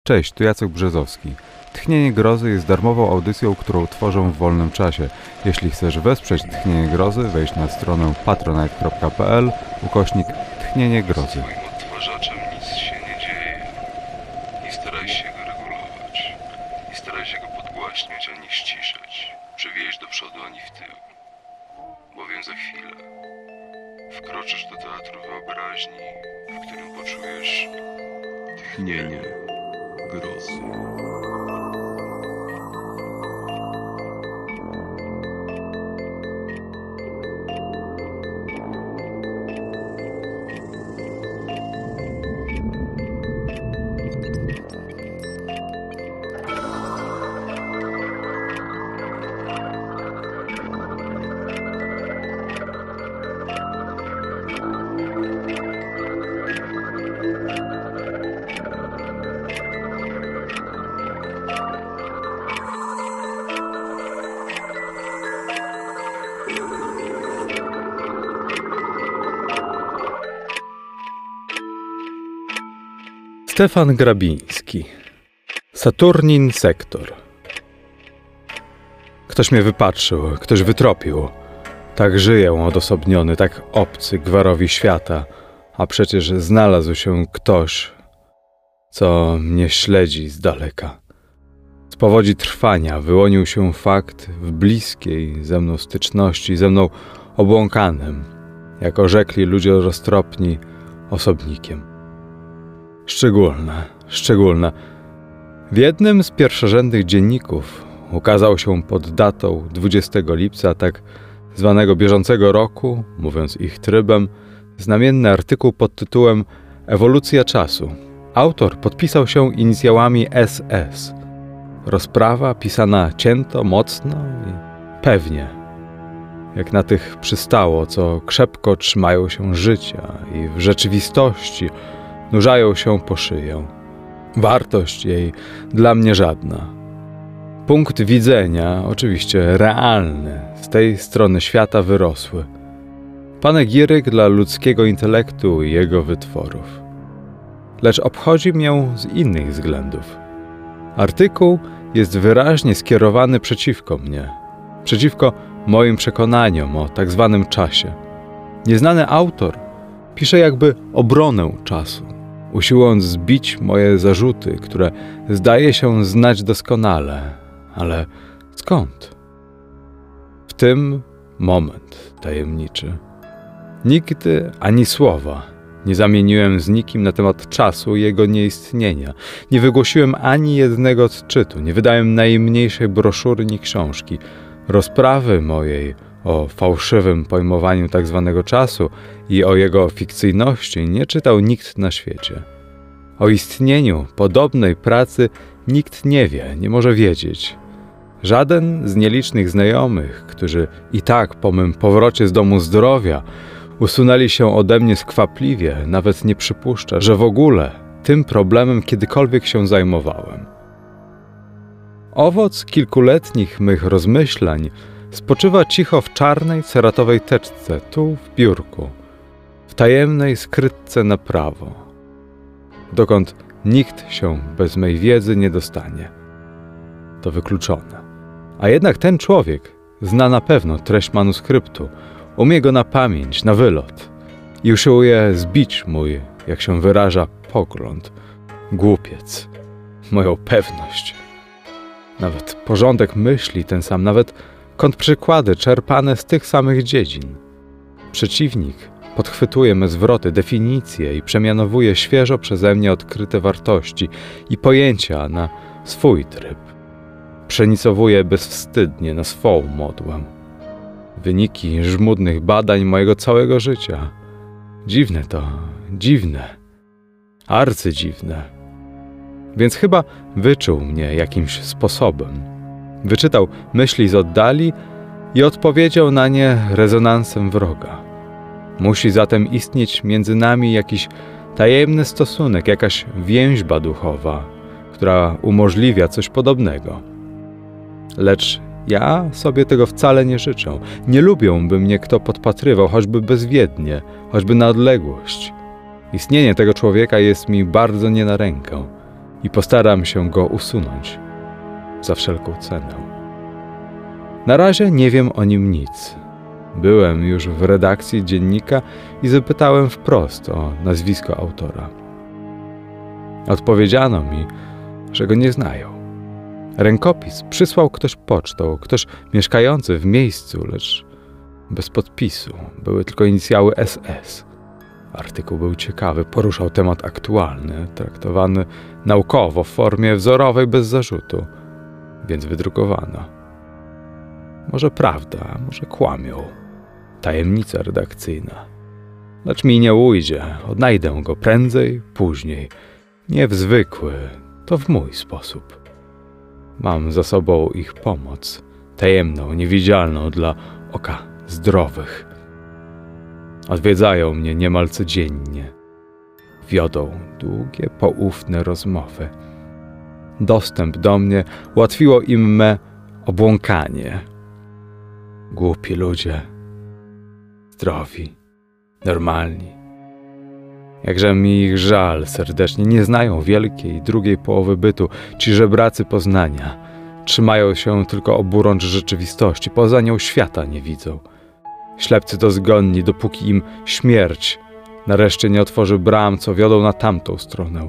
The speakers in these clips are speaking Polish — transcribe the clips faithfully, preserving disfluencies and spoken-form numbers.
Cześć, tu Jacek Brzezowski. Tchnienie Grozy jest darmową audycją, którą tworzę w wolnym czasie. Jeśli chcesz wesprzeć Tchnienie Grozy, wejdź na stronę patronite kropka p l ukośnik Tchnienie Grozy. Swoim odtwarzaczem nic się nie dzieje. Nie staraj się go regulować. Nie staraj się go podgłaśniać ani ściszać. Przewieźć do przodu ani w tył. Bowiem za chwilę wkroczysz do teatru wyobraźni, w którym poczujesz tchnienie grozy. Stefan Grabiński. Saturnin Sektor. Ktoś mnie wypatrzył, ktoś wytropił. Tak żyję odosobniony, tak obcy gwarowi świata, a przecież znalazł się ktoś, co mnie śledzi z daleka. Z powodzi trwania wyłonił się fakt w bliskiej ze mną styczności, ze mną obłąkanym, jak orzekli ludzie roztropni, osobnikiem. Szczególne, szczególne. W jednym z pierwszorzędnych dzienników ukazał się pod datą dwudziestego lipca tak zwanego bieżącego roku, mówiąc ich trybem, znamienny artykuł pod tytułem Ewolucja czasu. Autor podpisał się inicjałami S S. Rozprawa pisana cięto, mocno i pewnie, jak na tych przystało, co krzepko trzymają się życia i w rzeczywistości nurzają się po szyję. Wartość jej dla mnie żadna. Punkt widzenia, oczywiście realny, z tej strony świata wyrosły. Panegiryk dla ludzkiego intelektu i jego wytworów. Lecz obchodzi mię z innych względów. Artykuł jest wyraźnie skierowany przeciwko mnie, przeciwko moim przekonaniom o tak zwanym czasie. Nieznany autor pisze jakby obronę czasu, usiłując zbić moje zarzuty, które zdaje się znać doskonale. Ale skąd? W tym moment tajemniczy. Nigdy ani słowa nie zamieniłem z nikim na temat czasu i jego nieistnienia. Nie wygłosiłem ani jednego odczytu, nie wydałem najmniejszej broszury ni książki. Rozprawy mojej o fałszywym pojmowaniu tak zwanego czasu i o jego fikcyjności nie czytał nikt na świecie. O istnieniu podobnej pracy nikt nie wie, nie może wiedzieć. Żaden z nielicznych znajomych, którzy i tak po mym powrocie z domu zdrowia usunęli się ode mnie skwapliwie, nawet nie przypuszcza, że w ogóle tym problemem kiedykolwiek się zajmowałem. Owoc kilkuletnich mych rozmyślań spoczywa cicho w czarnej, ceratowej teczce, tu w biurku, w tajemnej skrytce na prawo, dokąd nikt się bez mej wiedzy nie dostanie. To wykluczone. A jednak ten człowiek zna na pewno treść manuskryptu, umie go na pamięć, na wylot i usiłuje zbić mój, jak się wyraża, pogląd. Głupiec. Moją pewność. Nawet porządek myśli ten sam, nawet kontrprzykłady czerpane z tych samych dziedzin. Przeciwnik podchwytuje me zwroty, definicje i przemianowuje świeżo przeze mnie odkryte wartości i pojęcia na swój tryb. Przenicowuje bezwstydnie na swą modłę. Wyniki żmudnych badań mojego całego życia. Dziwne to, dziwne. Arcydziwne. Więc chyba wyczuł mnie jakimś sposobem. Wyczytał myśli z oddali i odpowiedział na nie rezonansem wroga. Musi zatem istnieć między nami jakiś tajemny stosunek, jakaś więźba duchowa, która umożliwia coś podobnego. Lecz ja sobie tego wcale nie życzę. Nie lubię, by mnie kto podpatrywał, choćby bezwiednie, choćby na odległość. Istnienie tego człowieka jest mi bardzo nie na rękę. i postaram się go usunąć za wszelką cenę. Na razie nie wiem o nim nic. Byłem już w redakcji dziennika i zapytałem wprost o nazwisko autora. Odpowiedziano mi, że go nie znają. Rękopis przysłał ktoś pocztą, ktoś mieszkający w miejscu, lecz bez podpisu. Były tylko inicjały S S. Artykuł był ciekawy, poruszał temat aktualny, traktowany naukowo w formie wzorowej bez zarzutu, więc wydrukowano. Może prawda, może kłamią. Tajemnica redakcyjna. Lecz mi nie ujdzie, odnajdę go prędzej, później. Nie w zwykły, to w mój sposób. Mam za sobą ich pomoc, tajemną, niewidzialną dla oka zdrowych. Odwiedzają mnie niemal codziennie. Wiodą długie, poufne rozmowy. Dostęp do mnie ułatwiło im me obłąkanie. Głupi ludzie, zdrowi, normalni. Jakże mi ich żal serdecznie, nie znają wielkiej drugiej połowy bytu, ci żebracy Poznania. Trzymają się tylko oburącz rzeczywistości, poza nią świata nie widzą. Ślepcy to zgonni, dopóki im śmierć nareszcie nie otworzy bram, co wiodą na tamtą stronę.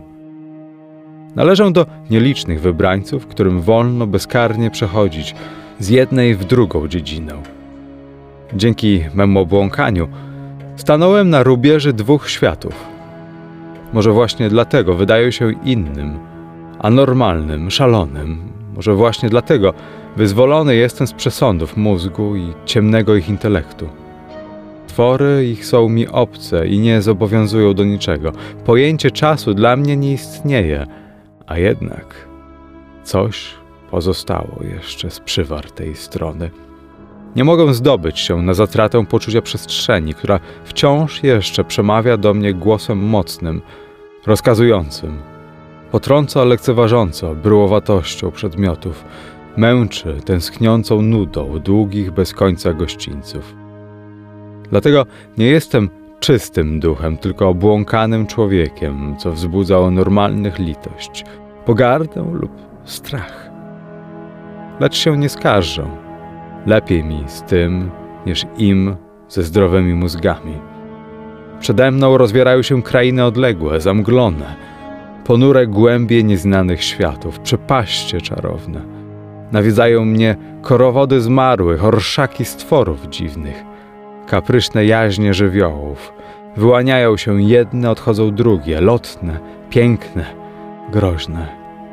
Należę do nielicznych wybrańców, którym wolno bezkarnie przechodzić z jednej w drugą dziedzinę. Dzięki memu obłąkaniu stanąłem na rubieży dwóch światów. Może właśnie dlatego wydają się innym, anormalnym, szalonym. Może właśnie dlatego wyzwolony jestem z przesądów mózgu i ciemnego ich intelektu. Twory ich są mi obce i nie zobowiązują do niczego. Pojęcie czasu dla mnie nie istnieje, a jednak coś pozostało jeszcze z przywar tej strony. Nie mogę zdobyć się na zatratę poczucia przestrzeni, która wciąż jeszcze przemawia do mnie głosem mocnym, rozkazującym. Potrąca lekceważąco bryłowatością przedmiotów, męczy tęskniącą nudą długich bez końca gościńców. Dlatego nie jestem czystym duchem, tylko obłąkanym człowiekiem, co wzbudza u normalnych litość, pogardę lub strach. Lecz się nie skarżę. Lepiej mi z tym, niż im ze zdrowymi mózgami. Przede mną rozwierają się krainy odległe, zamglone, ponure głębie nieznanych światów, przepaście czarowne. Nawiedzają mnie korowody zmarłych, orszaki stworów dziwnych, kapryśne jaźnie żywiołów. Wyłaniają się jedne, odchodzą drugie, lotne, piękne, groźne.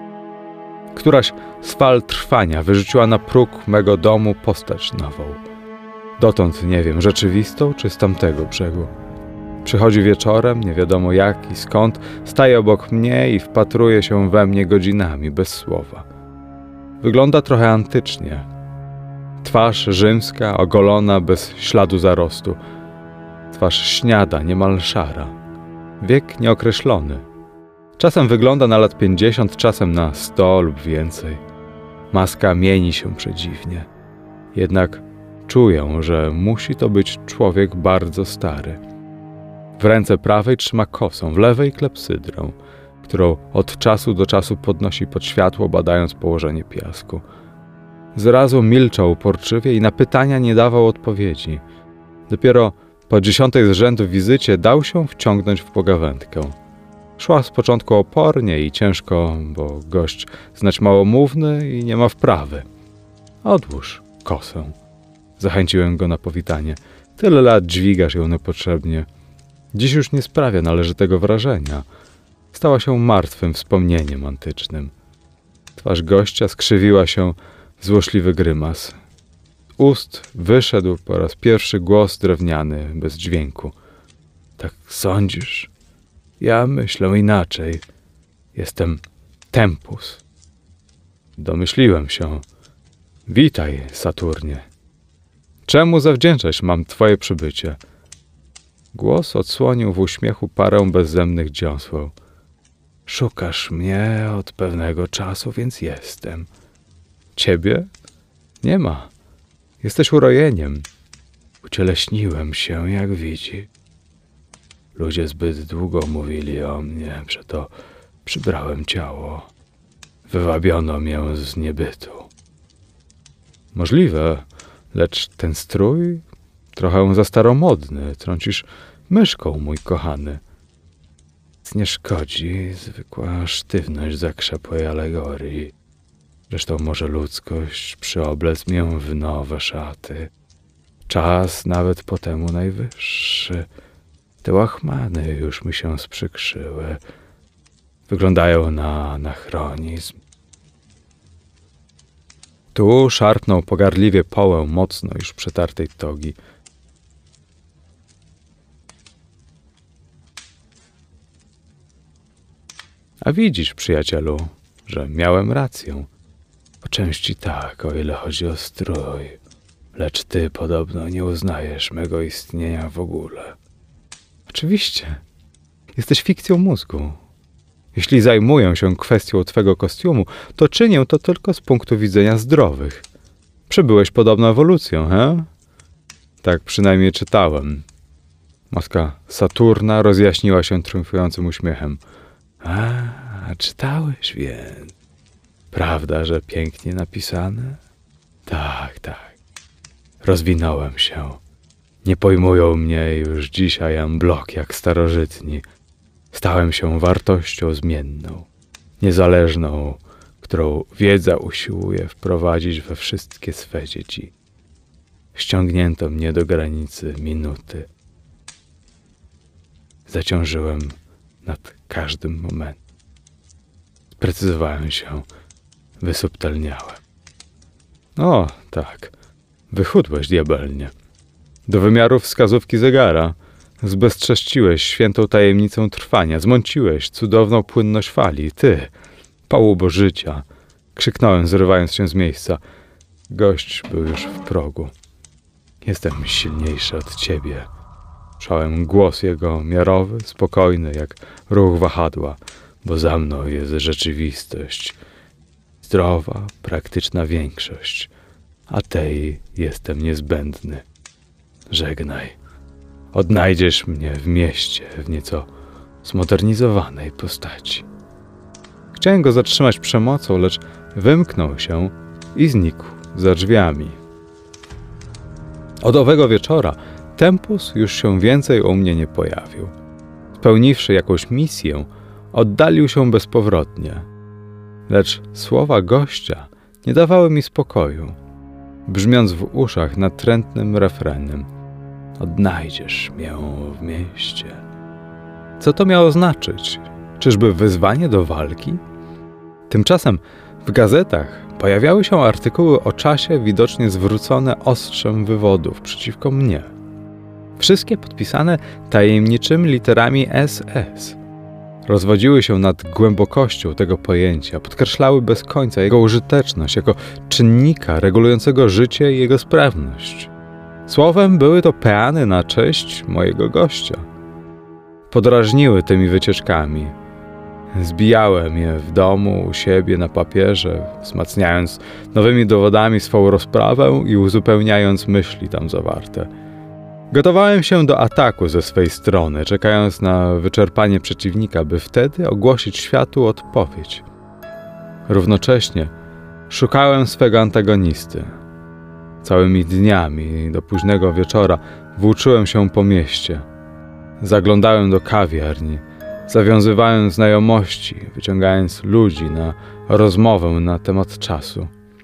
Któraś z fal trwania wyrzuciła na próg mego domu postać nową. Dotąd nie wiem, rzeczywistą czy z tamtego brzegu. Przychodzi wieczorem, nie wiadomo jak i skąd, staje obok mnie i wpatruje się we mnie godzinami, bez słowa. Wygląda trochę antycznie. Twarz rzymska, ogolona, bez śladu zarostu. Twarz śniada, niemal szara. Wiek nieokreślony. Czasem wygląda na lat pięćdziesiąt, czasem na sto lub więcej. Maska mieni się przedziwnie. Jednak czuję, że musi to być człowiek bardzo stary. W ręce prawej trzyma kosą, w lewej klepsydrę, którą od czasu do czasu podnosi pod światło, badając położenie piasku. Zrazu milczał uporczywie i na pytania nie dawał odpowiedzi. Dopiero po dziesiątej z rzędu wizycie dał się wciągnąć w pogawędkę. Szła z początku opornie i ciężko, bo gość znać małomówny i nie ma wprawy. Odłóż kosę. Zachęciłem go na powitanie. Tyle lat dźwigasz ją niepotrzebnie. Dziś już nie sprawia należytego wrażenia. Stała się martwym wspomnieniem antycznym. Twarz gościa skrzywiła się w złośliwy grymas. Z ust wyszedł po raz pierwszy głos drewniany, bez dźwięku. Tak sądzisz? Ja myślę inaczej. Jestem Tempus. Domyśliłem się. Witaj, Saturnie. Czemu zawdzięczać mam twoje przybycie? Głos odsłonił w uśmiechu parę bezzemnych dziąseł. Szukasz mnie od pewnego czasu, więc jestem. Ciebie? Nie ma. Jesteś urojeniem. Ucieleśniłem się, jak widzi. Ludzie zbyt długo mówili o mnie, przeto Przybrałem ciało. Wywabiono mię z niebytu. Możliwe, lecz ten strój trochę za staromodny. Trącisz myszką, mój kochany. Nic nie szkodzi zwykła sztywność zakrzepłej alegorii. Zresztą może ludzkość przyoblec mię w nowe szaty. Czas nawet po temu najwyższy. Te łachmany już mi się sprzykrzyły. Wyglądają na anachronizm. Tu szarpnął pogardliwie połę mocno już przetartej togi. A widzisz, przyjacielu, że miałem rację. Po części tak, o ile chodzi o strój. Lecz ty podobno nie uznajesz mego istnienia w ogóle. Oczywiście. Jesteś fikcją mózgu. Jeśli zajmuję się kwestią twego kostiumu, to czynię to tylko z punktu widzenia zdrowych. Przebyłeś podobną ewolucję, he? Tak przynajmniej czytałem. Maska Saturna rozjaśniła się triumfującym uśmiechem. A, czytałeś więc. Prawda, że pięknie napisane? Tak, tak. Rozwinąłem się. Nie pojmują mnie już dzisiaj amblok jak starożytni. Stałem się wartością zmienną, niezależną, którą wiedza usiłuje wprowadzić we wszystkie swe dzieci. Ściągnięto mnie do granicy minuty. Zaciążyłem nad każdym momentem. Sprecyzowałem się, wysubtelniałem. O, tak, wychudłeś diabelnie. Do wymiarów wskazówki zegara. Zbezcześciłeś świętą tajemnicę trwania, zmąciłeś cudowną płynność fali. Ty, pałubo życia! Krzyknąłem, zrywając się z miejsca. Gość był już w progu. Jestem silniejszy od ciebie. Słyszałem głos jego miarowy, spokojny, jak ruch wahadła, bo za mną jest rzeczywistość. Zdrowa, praktyczna większość, a tej jestem niezbędny. Żegnaj. Odnajdziesz mnie w mieście w nieco zmodernizowanej postaci. Chciałem go zatrzymać przemocą, lecz wymknął się i znikł za drzwiami. Od owego wieczora Tempus już się więcej u mnie nie pojawił. Spełniwszy jakąś misję, oddalił się bezpowrotnie. Lecz słowa gościa nie dawały mi spokoju, brzmiąc w uszach natrętnym refrenem. Odnajdziesz mię w mieście. Co to miało znaczyć? Czyżby wyzwanie do walki? Tymczasem w gazetach pojawiały się artykuły o czasie widocznie zwrócone ostrzem wywodów przeciwko mnie. Wszystkie podpisane tajemniczymi literami S S. Rozwodziły się nad głębokością tego pojęcia, podkreślały bez końca jego użyteczność jako czynnika regulującego życie i jego sprawność. Słowem, były to peany na cześć mojego gościa. Podrażniły tymi wycieczkami. Zbijałem je w domu, u siebie, na papierze, wzmacniając nowymi dowodami swą rozprawę i uzupełniając myśli tam zawarte. Gotowałem się do ataku ze swej strony, czekając na wyczerpanie przeciwnika, by wtedy ogłosić światu odpowiedź. Równocześnie szukałem swego antagonisty. Całymi dniami do późnego wieczora włóczyłem się po mieście. Zaglądałem do kawiarni, zawiązywałem znajomości, wyciągając ludzi na rozmowę na temat czasu.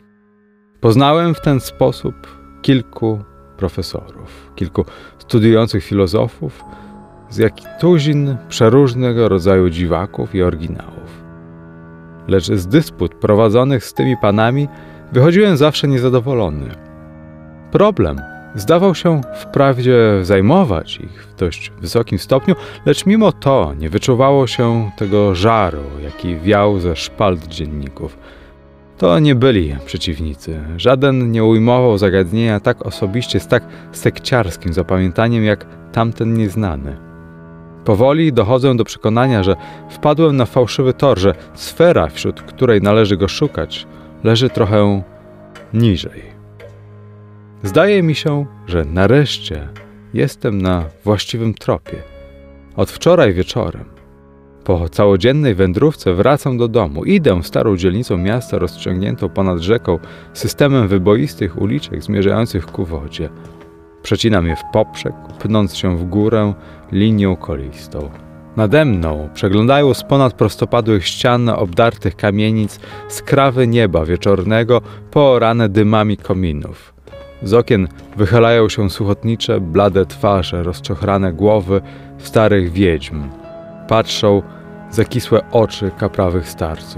Poznałem w ten sposób kilku profesorów, kilku studiujących filozofów, z jak i tuzin przeróżnego rodzaju dziwaków i oryginałów. Lecz z dysput prowadzonych z tymi panami wychodziłem zawsze niezadowolony. Problem zdawał się wprawdzie zajmować ich w dość wysokim stopniu, lecz mimo to nie wyczuwało się tego żaru, jaki wiał ze szpalt dzienników. To nie byli przeciwnicy. Żaden nie ujmował zagadnienia tak osobiście, z tak sekciarskim zapamiętaniem jak tamten nieznany. Powoli dochodzę do przekonania, że wpadłem na fałszywy tor, że sfera, wśród której należy go szukać, leży trochę niżej. Zdaje mi się, że nareszcie jestem na właściwym tropie. Od wczoraj wieczorem Po całodziennej wędrówce wracam do domu. Idę starą dzielnicą miasta rozciągniętą ponad rzeką systemem wyboistych uliczek zmierzających ku wodzie. Przecinam je w poprzek, pnąc się w górę linią kolistą. Nade mną przeglądają z ponad prostopadłych ścian obdartych kamienic skrawy nieba wieczornego poorane dymami kominów. Z okien wychylają się suchotnicze, blade twarze, rozczochrane głowy starych wiedźm. Patrzą zakisłe oczy kaprawych starców.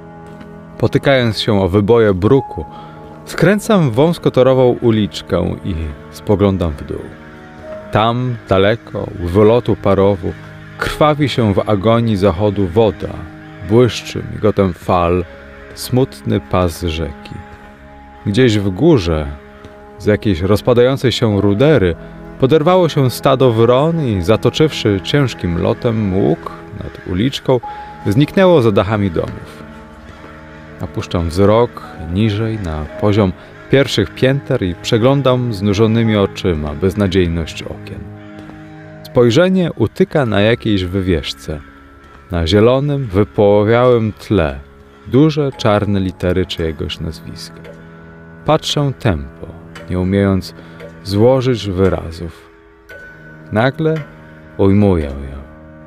Potykając się o wyboje bruku, skręcam wąskotorową uliczkę i spoglądam w dół. Tam, daleko, u wylotu parowu, krwawi się w agonii zachodu woda, błyszczy migotem fal smutny pas rzeki. Gdzieś w górze, z jakiejś rozpadającej się rudery, poderwało się stado wron i zatoczywszy ciężkim lotem łuk nad uliczką, zniknęło za dachami domów. Opuszczam wzrok niżej na poziom pierwszych pięter i przeglądam znużonymi oczyma beznadziejność okien. Spojrzenie utyka na jakiejś wywieszce. Na zielonym, wypołowiałym tle duże czarne litery czyjegoś nazwiska. Patrzę tempo, nie umiejąc złożyć wyrazów. Nagle ujmuję ją.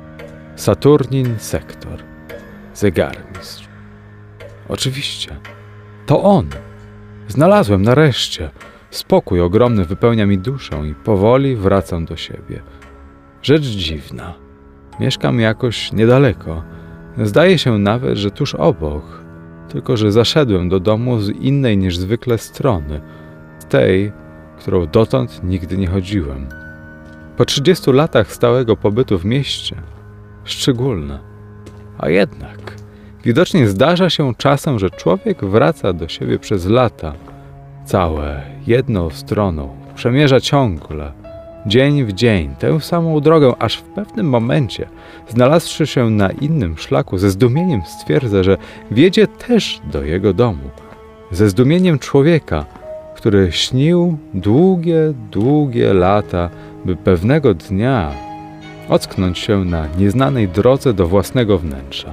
Saturnin Sektor. Zegarmistrz. Oczywiście. To on. Znalazłem nareszcie. Spokój ogromny wypełnia mi duszę i powoli wracam do siebie. Rzecz dziwna. Mieszkam jakoś niedaleko. Zdaje się nawet, że tuż obok. Tylko że zaszedłem do domu z innej niż zwykle strony. Z tej, którą dotąd nigdy nie chodziłem. Po trzydziestu latach stałego pobytu w mieście. Szczególne. A jednak, widocznie zdarza się czasem, że człowiek wraca do siebie przez lata. Całe, jedną stroną, przemierza ciągle, dzień w dzień, tę samą drogę, aż w pewnym momencie, znalazłszy się na innym szlaku, ze zdumieniem stwierdza, że wiedzie też do jego domu. Ze zdumieniem człowieka, który śnił długie, długie lata, by pewnego dnia ocknąć się na nieznanej drodze do własnego wnętrza.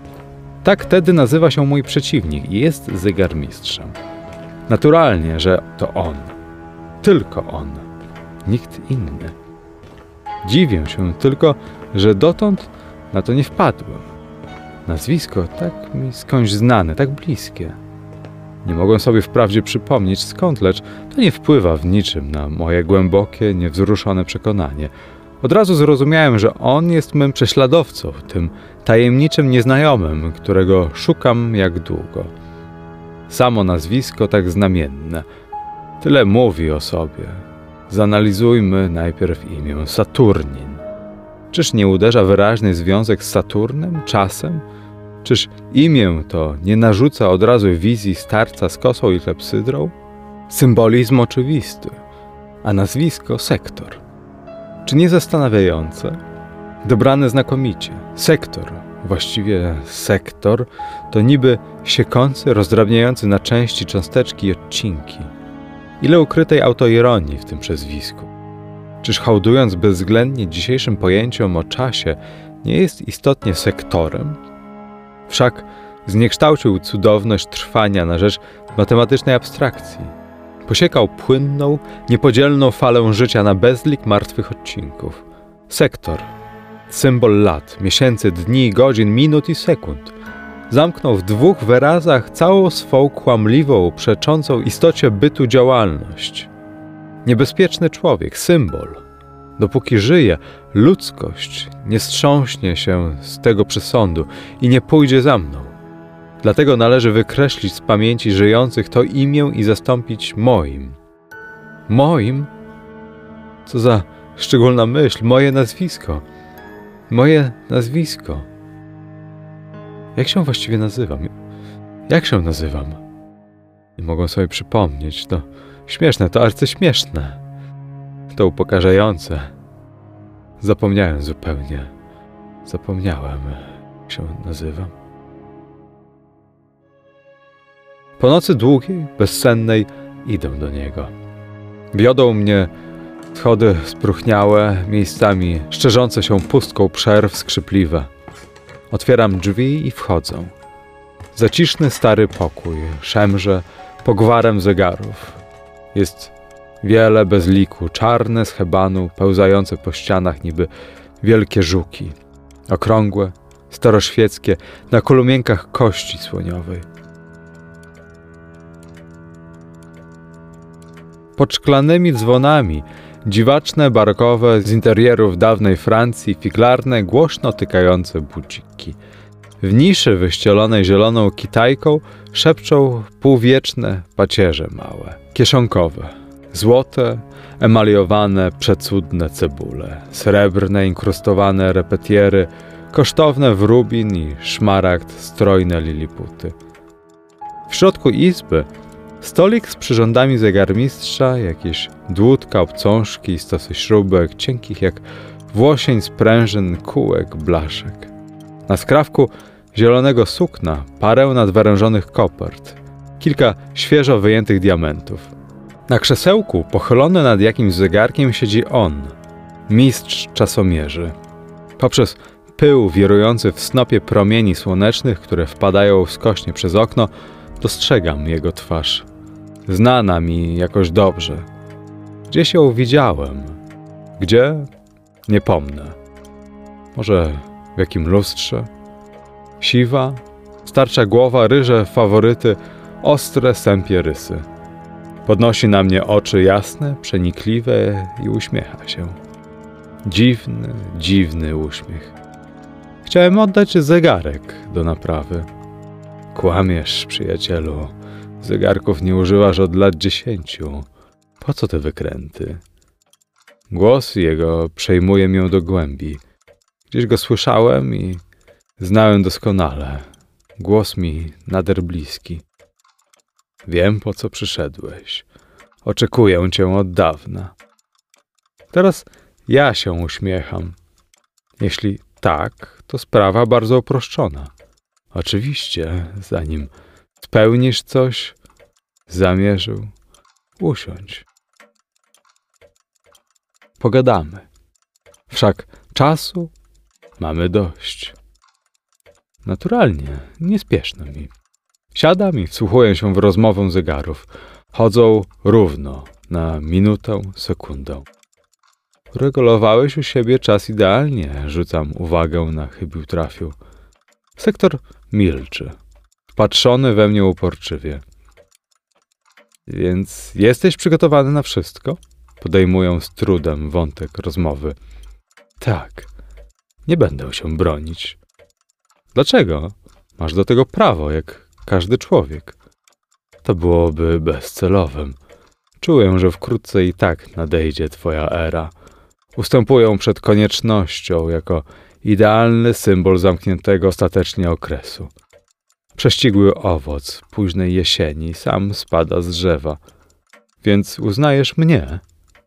Tak tedy nazywa się mój przeciwnik i jest zegarmistrzem. Naturalnie, że to on. Tylko on. Nikt inny. Dziwię się tylko, że dotąd na to nie wpadłem. Nazwisko tak mi skądś znane, tak bliskie. Nie mogłem sobie wprawdzie przypomnieć skąd, lecz to nie wpływa w niczym na moje głębokie, niewzruszone przekonanie. Od razu zrozumiałem, że on jest mym prześladowcą, tym tajemniczym nieznajomym, którego szukam jak długo. Samo nazwisko tak znamienne. Tyle mówi o sobie. Zanalizujmy najpierw imię Saturnin. Czyż nie uderza wyraźny związek z Saturnem, czasem? Czyż imię to nie narzuca od razu wizji starca z kosą i klepsydrą? Symbolizm oczywisty, a nazwisko Sektor. Czy nie zastanawiające? Dobrane znakomicie. Sektor, właściwie sektor, to niby siekący, rozdrabniający na części cząsteczki i odcinki. Ile ukrytej autoironii w tym przezwisku. Czyż hołdując bezwzględnie dzisiejszym pojęciom o czasie, nie jest istotnie sektorem? Wszak zniekształcił cudowność trwania na rzecz matematycznej abstrakcji. Posiekał płynną, niepodzielną falę życia na bezlik martwych odcinków. Sektor, symbol lat, miesięcy, dni, godzin, minut i sekund. Zamknął w dwóch wyrazach całą swą kłamliwą, przeczącą istocie bytu działalność. Niebezpieczny człowiek, symbol. Dopóki żyje, ludzkość nie wstrząśnie się z tego przesądu i nie pójdzie za mną. Dlatego należy wykreślić z pamięci żyjących to imię i zastąpić moim. Moim? Co za szczególna myśl, moje nazwisko. Moje nazwisko. Jak się właściwie nazywam? Jak się nazywam? Nie mogę sobie przypomnieć. To śmieszne, to arcyśmieszne. To upokarzające. Zapomniałem zupełnie. Zapomniałem, jak się nazywam. Po nocy długiej, bezsennej idę do niego. Wiodą mnie schody spróchniałe, miejscami szczerzące się pustką przerw skrzypliwe. Otwieram drzwi i wchodzę. Zaciszny stary pokój szemrze pogwarem zegarów. Jest wiele bez liku, czarne z hebanu, pełzające po ścianach niby wielkie żuki. Okrągłe, staroświeckie, na kolumienkach kości słoniowej. Pod szklanymi dzwonami, dziwaczne, barokowe, z interierów dawnej Francji, figlarne, głośno tykające buciki. W niszy wyścielonej zieloną kitajką szepczą półwieczne pacierze małe, kieszonkowe, złote, emaliowane, przecudne cebule, srebrne, inkrustowane repetiery, kosztowne w rubin i szmaragd strojne liliputy. W środku izby stolik z przyrządami zegarmistrza, jakieś dłutka, obcążki i stosy śrubek, cienkich jak włosień sprężyn, kółek, blaszek. Na skrawku zielonego sukna parę nadwyrężonych kopert, kilka świeżo wyjętych diamentów. Na krzesełku, pochylony nad jakimś zegarkiem, siedzi on, mistrz czasomierzy. Poprzez pył wirujący w snopie promieni słonecznych, które wpadają skośnie przez okno, dostrzegam jego twarz. Znana mi jakoś dobrze. Gdzieś ją widziałem. Gdzie? Nie pomnę. Może w jakim lustrze? Siwa, starcza głowa, ryże faworyty, ostre, sępie rysy. Podnosi na mnie oczy jasne, przenikliwe i uśmiecha się. Dziwny, dziwny uśmiech. Chciałem oddać zegarek do naprawy. Kłamiesz, przyjacielu. Zegarków nie używasz od lat dziesięciu. Po co te wykręty? Głos jego przejmuje mię do głębi. Gdzieś go słyszałem i znałem doskonale. Głos mi nader bliski. Wiem, po co przyszedłeś. Oczekuję cię od dawna. Teraz ja się uśmiecham. Jeśli tak, to sprawa bardzo uproszczona. Oczywiście, zanim spełnisz coś, zamierzył usiądź. Pogadamy. Wszak czasu mamy dość. Naturalnie, nie spieszno mi. Siadam i wsłuchuję się w rozmowę zegarów. Chodzą równo, na minutę, sekundę. Regulowałeś u siebie czas idealnie, rzucam uwagę na chybił trafił. Sektor milczy, wpatrzony we mnie uporczywie. Więc jesteś przygotowany na wszystko? Podejmuję z trudem wątek rozmowy. Tak, nie będę się bronić. Dlaczego? Masz do tego prawo, jak każdy człowiek. To byłoby bezcelowym. Czuję, że wkrótce i tak nadejdzie twoja era. Ustępuję przed koniecznością jako idealny symbol zamkniętego ostatecznie okresu. Prześcigły owoc późnej jesieni sam spada z drzewa. Więc uznajesz mnie?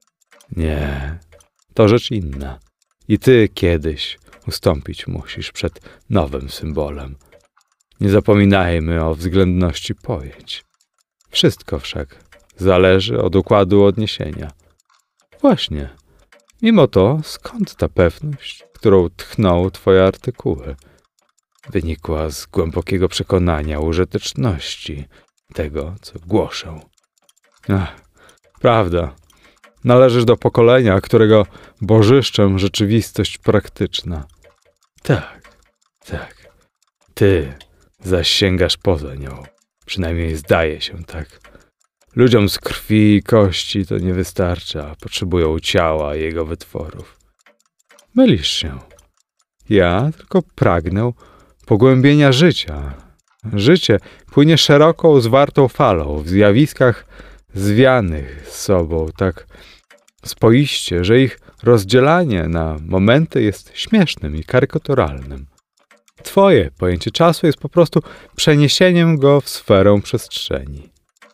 Nie, to rzecz inna. I ty kiedyś ustąpić musisz przed nowym symbolem. Nie zapominajmy o względności pojęć. Wszystko wszak zależy od układu odniesienia. Właśnie. Mimo to, skąd ta pewność, którą tchną twoje artykuły? Wynikła z głębokiego przekonania użyteczności tego, co głoszę. Ach, prawda. Należysz do pokolenia, którego bożyszczem rzeczywistość praktyczna. Tak, tak. Ty zaś sięgasz poza nią. Przynajmniej zdaje się tak. Ludziom z krwi i kości to nie wystarcza. Potrzebują ciała i jego wytworów. Mylisz się. Ja tylko pragnę pogłębienia życia. Życie płynie szeroką, zwartą falą w zjawiskach zwianych z sobą tak spoiście, że ich rozdzielanie na momenty jest śmiesznym i karykaturalnym. Twoje pojęcie czasu jest po prostu przeniesieniem go w sferę przestrzeni.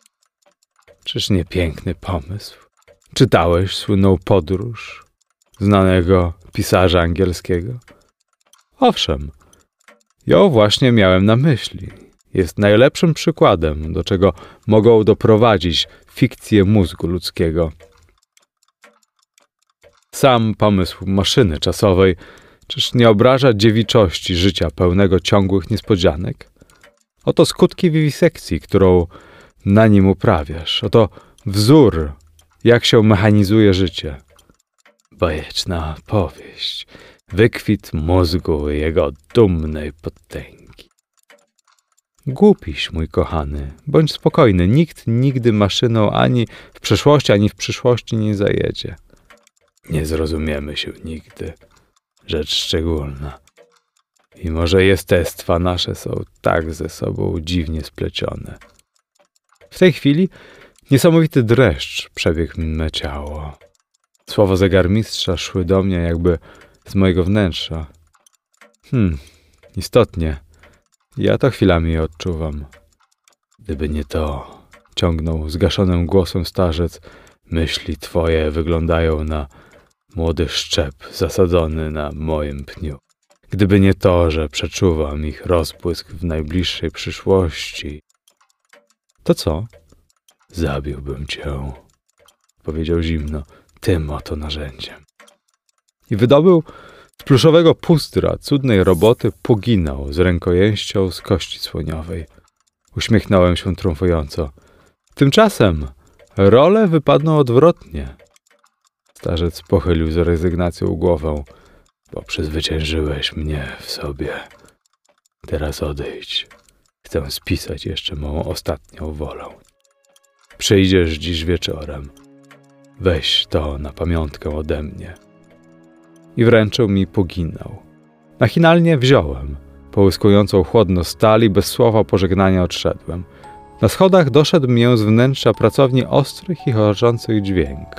Czyż nie piękny pomysł? Czytałeś słynną Podróż znanego pisarza angielskiego? Owszem, ją właśnie miałem na myśli. Jest najlepszym przykładem, do czego mogą doprowadzić fikcje mózgu ludzkiego. Sam pomysł maszyny czasowej Czyż nie obraża dziewiczości życia pełnego ciągłych niespodzianek? Oto skutki wiwisekcji, którą na nim uprawiasz. Oto wzór, jak się mechanizuje życie. Bajeczna powieść, wykwit mózgu jego dumnej potęgi. Głupiś, mój kochany, bądź spokojny, nikt nigdy maszyną ani w przeszłości, ani w przyszłości nie zajedzie. Nie zrozumiemy się nigdy, rzecz szczególna. I może jestestwa nasze są tak ze sobą dziwnie splecione. W tej chwili niesamowity dreszcz przebiegł me ciało. Słowa zegarmistrza szły do mnie jakby z mojego wnętrza. Hmm, istotnie, ja to chwilami je odczuwam. Gdyby nie to, ciągnął zgaszonym głosem starzec, myśli twoje wyglądają na młody szczep zasadzony na moim pniu. Gdyby nie to, że przeczuwam ich rozbłysk w najbliższej przyszłości. To co? Zabiłbym cię, powiedział zimno, tym oto narzędziem. I wydobył z pluszowego pustra cudnej roboty puginał z rękojeścią z kości słoniowej. Uśmiechnąłem się triumfująco. Tymczasem role wypadną odwrotnie. Starzec pochylił z rezygnacją głowę. Bo przezwyciężyłeś mnie w sobie. Teraz odejdź. Chcę spisać jeszcze mą ostatnią wolę. Przyjdziesz dziś wieczorem. Weź to na pamiątkę ode mnie. I wręczył mi puginał. Machinalnie wziąłem. Połyskującą chłodno stali, bez słowa pożegnania odszedłem. Na schodach doszedł mnie z wnętrza pracowni ostrych i chorzących dźwięk.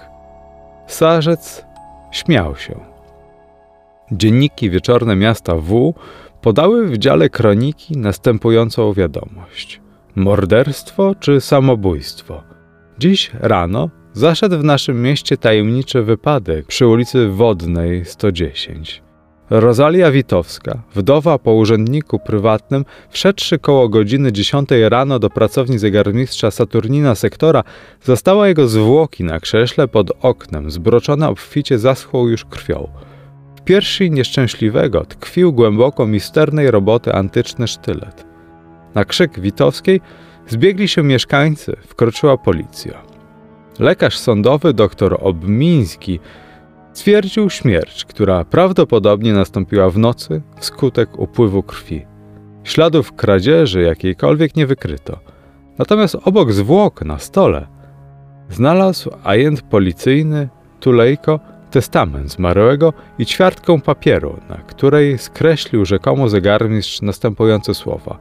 Starzec śmiał się. Dzienniki wieczorne miasta W podały w dziale kroniki następującą wiadomość. Morderstwo czy samobójstwo? Dziś rano zaszedł w naszym mieście tajemniczy wypadek przy ulicy Wodnej sto dziesięć. Rozalia Witowska, wdowa po urzędniku prywatnym, wszedłszy koło godziny dziesiątej rano do pracowni zegarmistrza Saturnina Sektora, zastała jego zwłoki na krześle pod oknem, zbroczone obficie zaschłą już krwią. W piersi nieszczęśliwego tkwił głęboko misternej roboty antyczny sztylet. Na krzyk Witowskiej zbiegli się mieszkańcy, wkroczyła policja. Lekarz sądowy dr Obmiński stwierdził śmierć, która prawdopodobnie nastąpiła w nocy wskutek upływu krwi. Śladów kradzieży jakiejkolwiek nie wykryto. Natomiast obok zwłok na stole znalazł agent policyjny Tulejko testament zmarłego i ćwiartkę papieru, na której skreślił rzekomo zegarmistrz następujące słowa: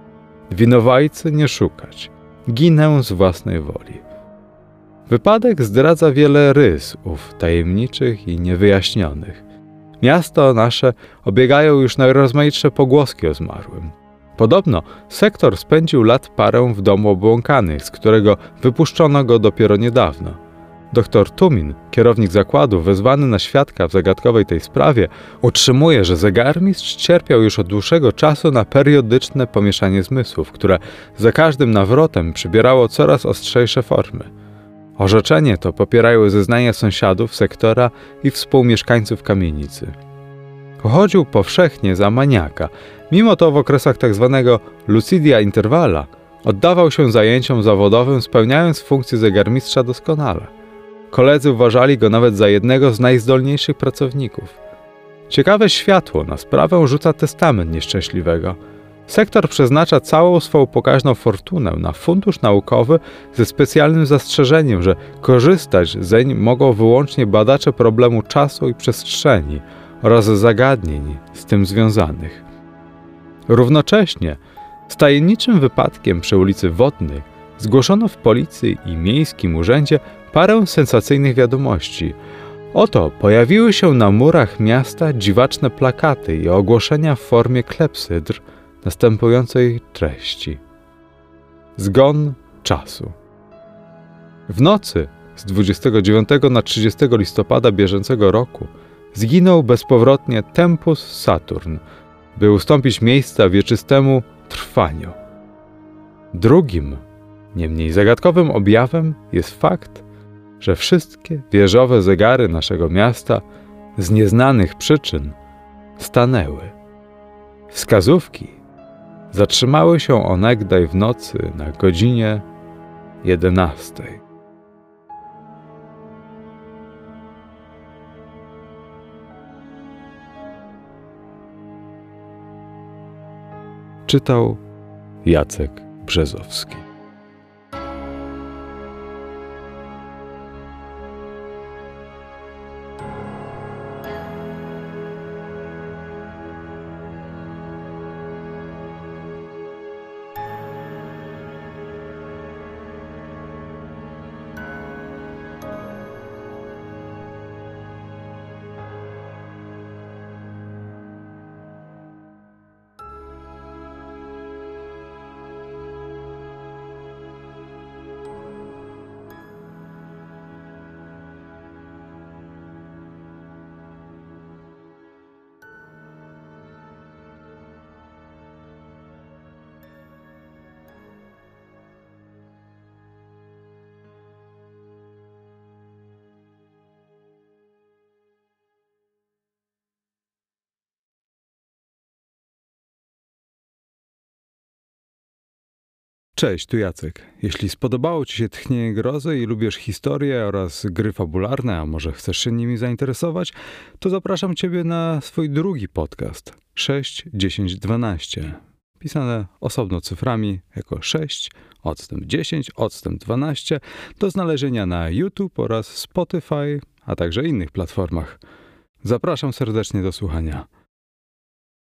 winowajcy nie szukać, ginę z własnej woli. Wypadek zdradza wiele rys ów tajemniczych i niewyjaśnionych. Miasto nasze obiegają już najrozmaitsze pogłoski o zmarłym. Podobno sektor spędził lat parę w domu obłąkanych, z którego wypuszczono go dopiero niedawno. Doktor Tumin, kierownik zakładu, wezwany na świadka w zagadkowej tej sprawie, utrzymuje, że zegarmistrz cierpiał już od dłuższego czasu na periodyczne pomieszanie zmysłów, które za każdym nawrotem przybierało coraz ostrzejsze formy. Orzeczenie to popierają zeznania sąsiadów sektora i współmieszkańców kamienicy. Pochodził powszechnie za maniaka, mimo to w okresach tzw. lucidia intervala oddawał się zajęciom zawodowym, spełniając funkcję zegarmistrza doskonale. Koledzy uważali go nawet za jednego z najzdolniejszych pracowników. Ciekawe światło na sprawę rzuca testament nieszczęśliwego. Sektor przeznacza całą swą pokaźną fortunę na fundusz naukowy ze specjalnym zastrzeżeniem, że korzystać zeń mogą wyłącznie badacze problemu czasu i przestrzeni oraz zagadnień z tym związanych. Równocześnie z tajemniczym wypadkiem przy ulicy Wodnej zgłoszono w policji i miejskim urzędzie parę sensacyjnych wiadomości. Oto pojawiły się na murach miasta dziwaczne plakaty i ogłoszenia w formie klepsydr następującej treści. Zgon czasu. W nocy z dwudziestego dziewiątego na trzydziestego listopada bieżącego roku zginął bezpowrotnie Tempus Saturn, by ustąpić miejsca wieczystemu trwaniu. Drugim, nie mniej zagadkowym objawem jest fakt, że wszystkie wieżowe zegary naszego miasta z nieznanych przyczyn stanęły. Wskazówki zatrzymały się onegdaj w nocy na godzinie jedenastej. Czytał Jacek Brzezowski. Cześć, tu Jacek. Jeśli spodobało Ci się Tchnienie Grozy i lubisz historie oraz gry fabularne, a może chcesz się nimi zainteresować, to zapraszam Ciebie na swój drugi podcast sześć, dziesięć, dwanaście. Pisane osobno cyframi jako sześć, odstęp dziesięć, odstęp dwanaście, do znalezienia na YouTube oraz Spotify, a także innych platformach. Zapraszam serdecznie do słuchania.